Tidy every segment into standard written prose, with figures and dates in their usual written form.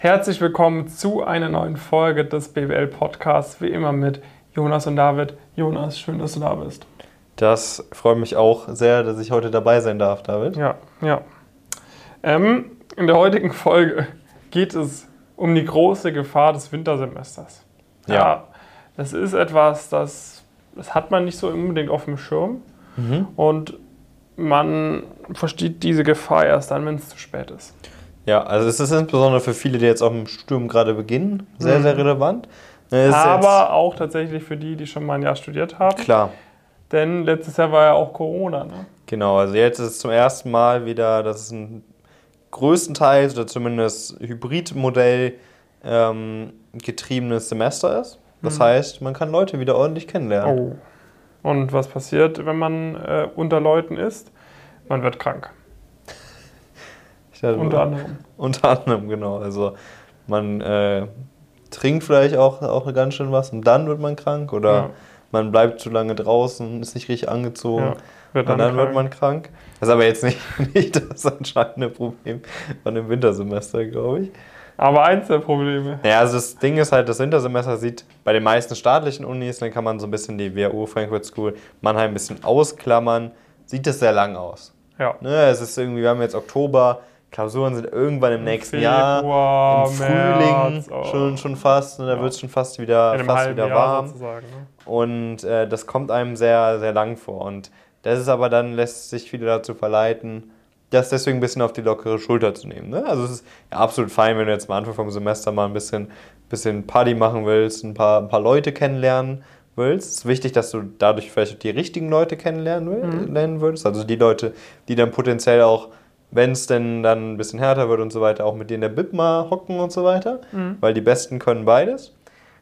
Herzlich willkommen zu einer neuen Folge des BWL-Podcasts, wie immer mit Jonas und David. Jonas, schön, dass du da bist. Das freut mich auch sehr, dass ich heute dabei sein darf, David. Ja. In der heutigen Folge geht es um die große Gefahr des Wintersemesters. Ja, das ist etwas, das hat man nicht so unbedingt auf dem Schirm. Und man versteht diese Gefahr erst dann, wenn es zu spät ist. Ja, also es ist insbesondere für viele, die jetzt auch im Studium gerade beginnen, sehr, sehr relevant. Aber auch tatsächlich für die schon mal ein Jahr studiert haben. Klar. Denn letztes Jahr war ja auch Corona, ne? Genau, also jetzt ist es zum ersten Mal wieder, dass es ein größtenteils oder zumindest Hybridmodell getriebenes Semester ist. Das heißt, man kann Leute wieder ordentlich kennenlernen. Oh. Und was passiert, wenn man unter Leuten ist? Man wird krank. Unter anderem. Unter anderem, genau. Also man trinkt vielleicht auch ganz schön was und dann wird man krank. Oder man bleibt zu lange draußen, ist nicht richtig angezogen und dann wird man krank. Das ist aber jetzt nicht das entscheidende Problem von dem Wintersemester, glaube ich. Aber eins der Probleme. Ja, also das Ding ist halt, das Wintersemester sieht bei den meisten staatlichen Unis, dann kann man so ein bisschen die WHU, Frankfurt School, Mannheim ein bisschen ausklammern, sieht das sehr lang aus. Ja. Ne, es ist irgendwie, wir haben jetzt Oktober, Klausuren sind irgendwann im nächsten Jahr, im Frühling März, schon fast, ne, da wird es schon fast wieder warm. Ne? Und das kommt einem sehr, sehr lang vor. Und das ist aber dann, lässt sich viele dazu verleiten, das deswegen ein bisschen auf die lockere Schulter zu nehmen. Ne? Also es ist ja absolut fein, wenn du jetzt am Anfang vom Semester mal ein bisschen Party machen willst, ein paar Leute kennenlernen willst. Es ist wichtig, dass du dadurch vielleicht die richtigen Leute kennenlernen würdest. Also die Leute, die dann potenziell auch, wenn es denn dann ein bisschen härter wird und so weiter, auch mit dir in der Bib mal hocken und so weiter. Weil die Besten können beides.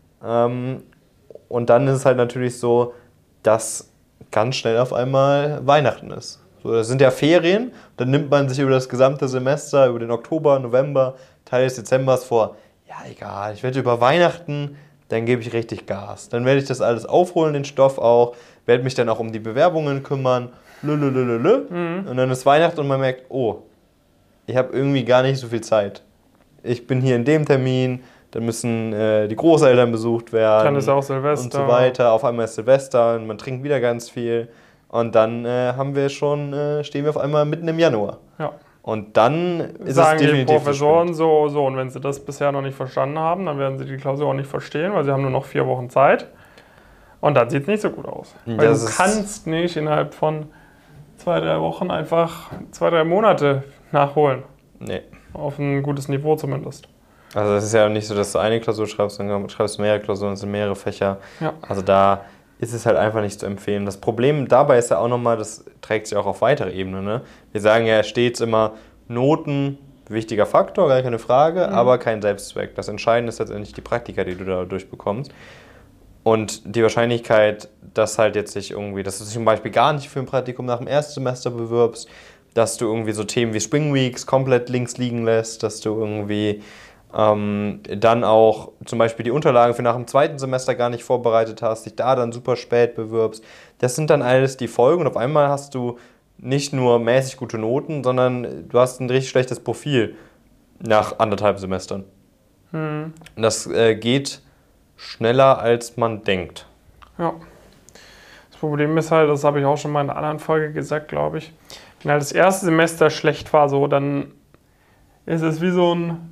Und dann ist es halt natürlich so, dass ganz schnell auf einmal Weihnachten ist. So, das sind ja Ferien, dann nimmt man sich über das gesamte Semester, über den Oktober, November, Teil des Dezembers vor, ja egal, ich werde über Weihnachten, dann gebe ich richtig Gas. Dann werde ich das alles aufholen, den Stoff auch, werde mich dann auch um die Bewerbungen kümmern, und dann ist Weihnachten und man merkt, oh, ich habe irgendwie gar nicht so viel Zeit. Ich bin hier in dem Termin, dann müssen die Großeltern besucht werden. Dann ist auch Silvester. Und so weiter. Auf einmal ist Silvester und man trinkt wieder ganz viel. Und dann stehen wir auf einmal mitten im Januar. Ja. Und dann ist sagen es definitiv die Professoren so. Und wenn sie das bisher noch nicht verstanden haben, dann werden sie die Klausur auch nicht verstehen, weil sie haben nur noch 4 Wochen Zeit. Und dann sieht es nicht so gut aus. Weil du kannst nicht innerhalb von 2-3 Wochen einfach 2-3 Monate nachholen. Nee. Auf ein gutes Niveau zumindest. Also es ist ja nicht so, dass du eine Klausur schreibst, dann schreibst du mehrere Klausuren, es sind mehrere Fächer. Ja. Also da ist es halt einfach nicht zu empfehlen. Das Problem dabei ist ja auch nochmal, das trägt sich auch auf weitere Ebene. Ne? Wir sagen ja stets immer, Noten, wichtiger Faktor, gar keine Frage, aber kein Selbstzweck. Das Entscheidende ist letztendlich die Praktika, die du dadurch bekommst. Und die Wahrscheinlichkeit, dass halt jetzt sich irgendwie, dass du dich zum Beispiel gar nicht für ein Praktikum nach dem Erstsemester bewirbst, dass du irgendwie so Themen wie Spring Weeks komplett links liegen lässt, dass du irgendwie dann auch zum Beispiel die Unterlagen für nach dem zweiten Semester gar nicht vorbereitet hast, dich da dann super spät bewirbst. Das sind dann alles die Folgen und auf einmal hast du nicht nur mäßig gute Noten, sondern du hast ein richtig schlechtes Profil nach 1,5 Semestern. Und das geht schneller, als man denkt. Ja. Das Problem ist halt, das habe ich auch schon mal in einer anderen Folge gesagt, glaube ich, wenn halt das erste Semester schlecht war, so, dann ist es wie so ein,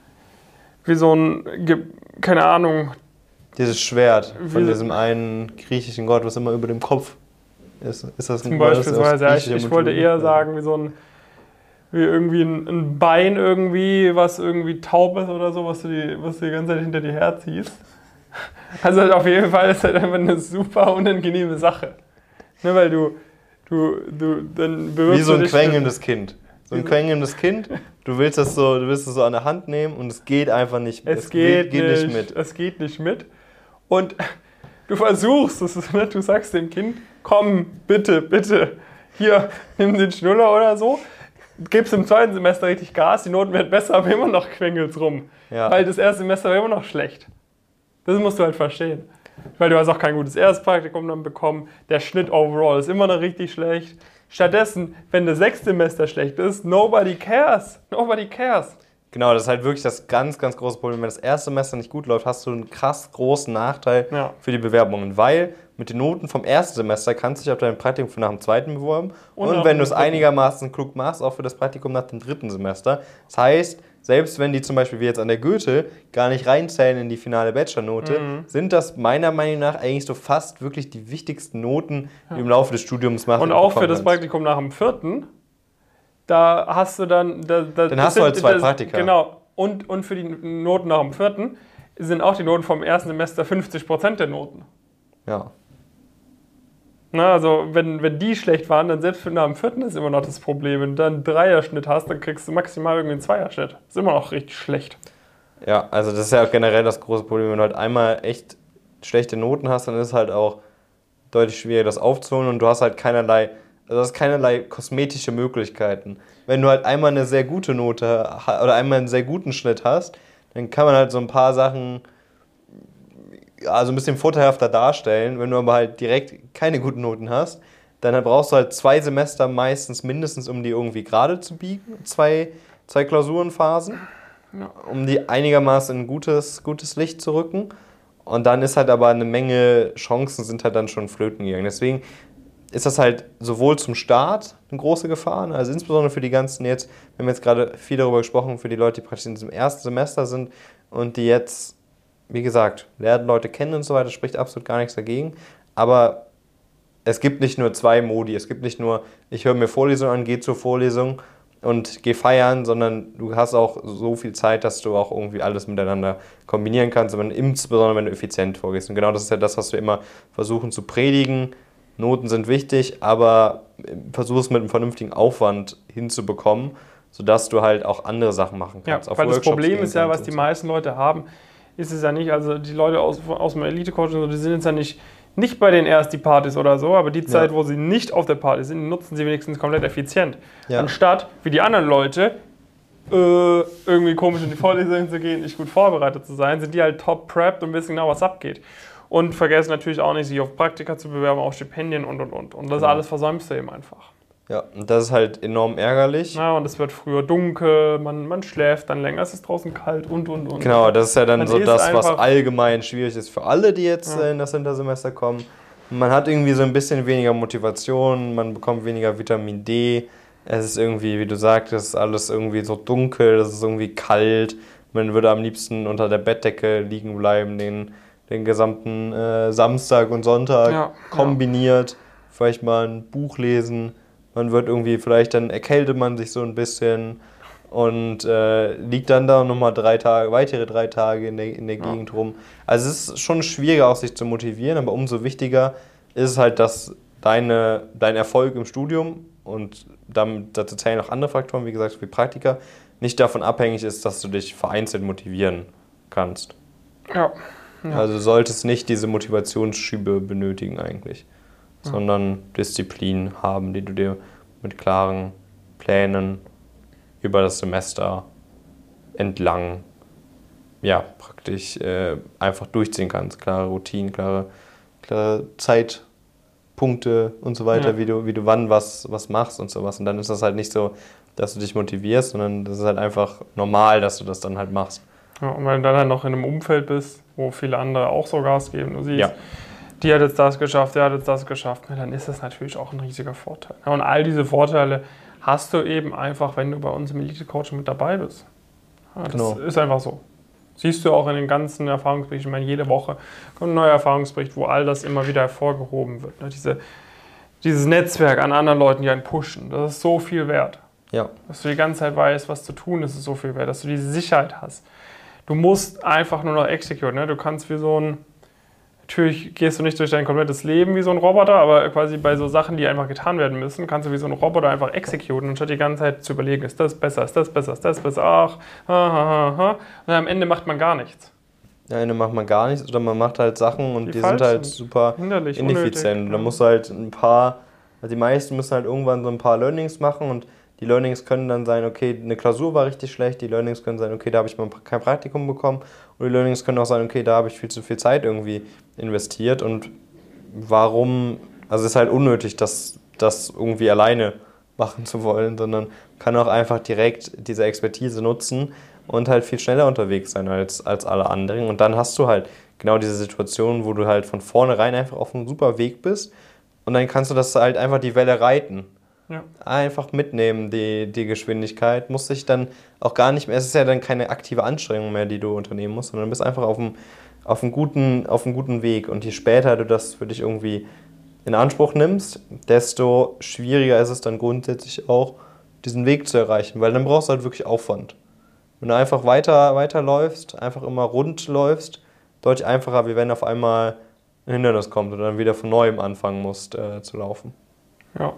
keine Ahnung. Dieses Schwert von diesem einen griechischen Gott, was immer über dem Kopf ist. Ist das zum Beispielsweise, ja, ich wollte eher sagen, wie irgendwie ein Bein irgendwie, was irgendwie taub ist oder so, was du die ganze Zeit hinter dir herziehst. Also halt auf jeden Fall ist halt einfach eine super unangenehme Sache. Ne, weil du dann bewirbst wie so ein dich quengelndes Kind. So ein quengelndes Kind, du willst es so an der Hand nehmen und es geht einfach nicht. Es geht nicht mit. Und du versuchst, du sagst dem Kind, komm, bitte, hier, nimm den Schnuller oder so. Gibst im zweiten Semester richtig Gas, die Noten werden besser, aber immer noch quengelt's rum. Ja. Weil das erste Semester war immer noch schlecht. Das musst du halt verstehen. Weil du hast auch kein gutes Erstpraktikum dann bekommen. Der Schnitt overall ist immer noch richtig schlecht. Stattdessen, wenn das 6. Semester schlecht ist, nobody cares. Genau, das ist halt wirklich das ganz, ganz große Problem. Wenn das erste Semester nicht gut läuft, hast du einen krass großen Nachteil für die Bewerbungen, weil mit den Noten vom ersten Semester kannst du dich auf dein Praktikum für nach dem zweiten bewerben und wenn du es einigermaßen klug machst, auch für das Praktikum nach dem dritten Semester. Das heißt, selbst wenn die zum Beispiel wie jetzt an der Goethe gar nicht reinzählen in die finale Bachelornote, sind das meiner Meinung nach eigentlich so fast wirklich die wichtigsten Noten, die du im Laufe des Studiums machst. Und auch für das Praktikum nach dem vierten, da hast du dann... Dann hast du halt 2 Praktika. Genau. Und für die Noten nach dem vierten sind auch die Noten vom ersten Semester 50% der Noten. Ja. Na, also wenn die schlecht waren, dann selbst für nach dem vierten ist immer noch das Problem. Wenn du dann einen Dreierschnitt hast, dann kriegst du maximal irgendwie einen Zweierschnitt. Das ist immer noch richtig schlecht. Ja, also das ist ja auch generell das große Problem. Wenn du halt einmal echt schlechte Noten hast, dann ist es halt auch deutlich schwieriger, das aufzuholen und du hast halt keinerlei kosmetische Möglichkeiten. Wenn du halt einmal eine sehr gute Note oder einmal einen sehr guten Schnitt hast, dann kann man halt so ein paar Sachen ein bisschen vorteilhafter darstellen. Wenn du aber halt direkt keine guten Noten hast, dann brauchst du halt 2 Semester meistens mindestens, um die irgendwie gerade zu biegen. 2 Klausurenphasen, um die einigermaßen in gutes Licht zu rücken. Und dann ist halt aber eine Menge Chancen sind halt dann schon flöten gegangen. Deswegen ist das halt sowohl zum Start eine große Gefahr, also insbesondere für die ganzen jetzt, wir haben jetzt gerade viel darüber gesprochen, für die Leute, die praktisch in diesem ersten Semester sind und die jetzt, wie gesagt, lernen Leute kennen und so weiter, spricht absolut gar nichts dagegen. Aber es gibt nicht nur 2 Modi, es gibt nicht nur, ich höre mir Vorlesungen an, gehe zur Vorlesung und gehe feiern, sondern du hast auch so viel Zeit, dass du auch irgendwie alles miteinander kombinieren kannst, insbesondere wenn du effizient vorgehst. Und genau das ist ja das, was wir immer versuchen zu predigen. Noten sind wichtig, aber versuch es mit einem vernünftigen Aufwand hinzubekommen, sodass du halt auch andere Sachen machen kannst. Ja, weil das Problem ist ja, was die meisten Leute haben, ist es ja nicht, also die Leute aus dem Elite-Coaching, die sind jetzt ja nicht bei den Partys oder so, aber die Zeit, wo sie nicht auf der Party sind, nutzen sie wenigstens komplett effizient. Ja. Anstatt, wie die anderen Leute, irgendwie komisch in die Vorlesungen zu gehen, nicht gut vorbereitet zu sein, sind die halt top prepped und wissen genau, was abgeht. Und vergessen natürlich auch nicht, sich auf Praktika zu bewerben, auf Stipendien und. Und das alles versäumst du eben einfach. Ja, und das ist halt enorm ärgerlich. Ja, und es wird früher dunkel, man schläft dann länger, es ist draußen kalt und. Genau, das ist ja dann so das, was allgemein schwierig ist für alle, die jetzt in das Wintersemester kommen. Man hat irgendwie so ein bisschen weniger Motivation, man bekommt weniger Vitamin D. Es ist irgendwie, wie du sagtest, alles irgendwie so dunkel, es ist irgendwie kalt. Man würde am liebsten unter der Bettdecke liegen bleiben, den gesamten Samstag und Sonntag kombiniert. Vielleicht mal ein Buch lesen. Man wird irgendwie, vielleicht dann erkältet man sich so ein bisschen und liegt dann da nochmal weitere 3 Tage in der Gegend rum. Also es ist schon schwieriger, auch sich zu motivieren, aber umso wichtiger ist es halt, dass dein Erfolg im Studium und dazu zählen auch andere Faktoren, wie gesagt, wie Praktika, nicht davon abhängig ist, dass du dich vereinzelt motivieren kannst. Ja. Also du solltest nicht diese Motivationsschübe benötigen eigentlich, sondern Disziplin haben, die du dir mit klaren Plänen über das Semester entlang praktisch einfach durchziehen kannst. Klare Routinen, klare Zeitpunkte und so weiter, wie du wann was machst und sowas. Und dann ist das halt nicht so, dass du dich motivierst, sondern das ist halt einfach normal, dass du das dann halt machst. Ja, und wenn du dann halt noch in einem Umfeld bist, wo viele andere auch so Gas geben, du siehst, die hat jetzt das geschafft, der hat jetzt das geschafft, dann ist das natürlich auch ein riesiger Vorteil. Und all diese Vorteile hast du eben einfach, wenn du bei uns im Elite-Coaching mit dabei bist. Das ist einfach so. Siehst du auch in den ganzen Erfahrungsberichten, ich meine, jede Woche kommt ein neuer Erfahrungsbericht, wo all das immer wieder hervorgehoben wird. Dieses Netzwerk an anderen Leuten, die einen pushen, das ist so viel wert. Ja. Dass du die ganze Zeit weißt, was zu tun ist, ist so viel wert, dass du diese Sicherheit hast. Du musst einfach nur noch execute, ne? Du kannst natürlich gehst du nicht durch dein komplettes Leben wie so ein Roboter, aber quasi bei so Sachen, die einfach getan werden müssen, kannst du wie so ein Roboter einfach executen, anstatt die ganze Zeit zu überlegen, ist das besser, ist das besser, ist das besser, ach, und am Ende macht man gar nichts. Am Ende macht man gar nichts oder man macht halt Sachen und die sind halt super ineffizient. Da musst du halt die meisten müssen halt irgendwann so ein paar Learnings machen und die Learnings können dann sein, okay, eine Klausur war richtig schlecht, die Learnings können sein, okay, da habe ich mal kein Praktikum bekommen und die Learnings können auch sein, okay, da habe ich viel zu viel Zeit irgendwie investiert und warum, also es ist halt unnötig, das irgendwie alleine machen zu wollen, sondern kann auch einfach direkt diese Expertise nutzen und halt viel schneller unterwegs sein als alle anderen. Und dann hast du halt genau diese Situation, wo du halt von vornherein einfach auf einem super Weg bist und dann kannst du das halt einfach die Welle reiten. Ja. Einfach mitnehmen, die Geschwindigkeit. Muss sich dann auch gar nicht mehr, es ist ja dann keine aktive Anstrengung mehr, die du unternehmen musst, sondern du bist einfach auf einem guten Weg. Und je später du das für dich irgendwie in Anspruch nimmst, desto schwieriger ist es dann grundsätzlich auch, diesen Weg zu erreichen, weil dann brauchst du halt wirklich Aufwand. Wenn du einfach weiterläufst, einfach immer rund läufst, deutlich einfacher, wie wenn auf einmal ein Hindernis kommt und dann wieder von Neuem anfangen musst zu laufen. Ja.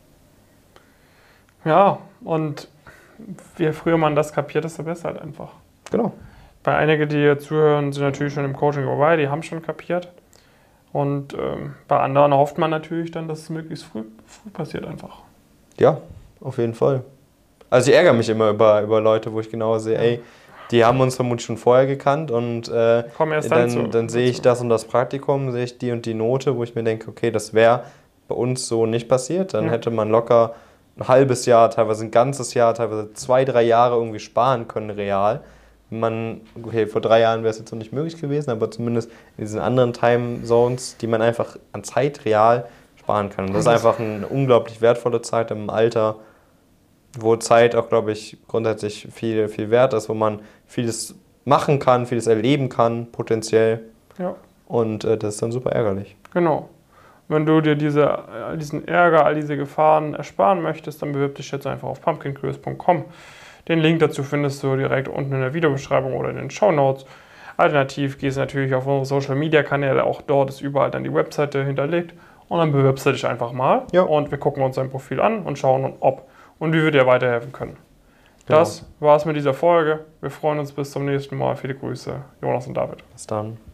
Ja, und je früher man das kapiert, desto besser halt einfach. Genau. Bei einigen, die hier zuhören, sind natürlich schon im Coaching vorbei, die haben schon kapiert. Und bei anderen hofft man natürlich dann, dass es möglichst früh passiert einfach. Ja, auf jeden Fall. Also ich ärgere mich immer über Leute, wo ich genau sehe, ey, die haben uns vermutlich schon vorher gekannt und dann sehe ich das und das Praktikum, sehe ich die und die Note, wo ich mir denke, okay, das wäre bei uns so nicht passiert. Dann hätte man locker ein halbes Jahr, teilweise ein ganzes Jahr, teilweise 2-3 Jahre irgendwie sparen können, real. Okay, vor 3 Jahren wäre es jetzt noch nicht möglich gewesen, aber zumindest in diesen anderen Timezones, die man einfach an Zeit real sparen kann. Und das ist einfach eine unglaublich wertvolle Zeit im Alter, wo Zeit auch, glaube ich, grundsätzlich viel, viel wert ist, wo man vieles machen kann, vieles erleben kann, potenziell. Ja. Und das ist dann super ärgerlich. Genau. Wenn du dir diesen Ärger, all diese Gefahren ersparen möchtest, dann bewirb dich jetzt einfach auf pumpkincurious.com. Den Link dazu findest du direkt unten in der Videobeschreibung oder in den Shownotes. Alternativ gehst du natürlich auf unsere Social Media Kanäle, auch dort ist überall dann die Webseite hinterlegt und dann bewirbst du dich einfach mal und wir gucken uns dein Profil an und schauen, ob und wie wir dir weiterhelfen können. Genau. Das war's mit dieser Folge. Wir freuen uns bis zum nächsten Mal. Viele Grüße, Jonas und David. Bis dann.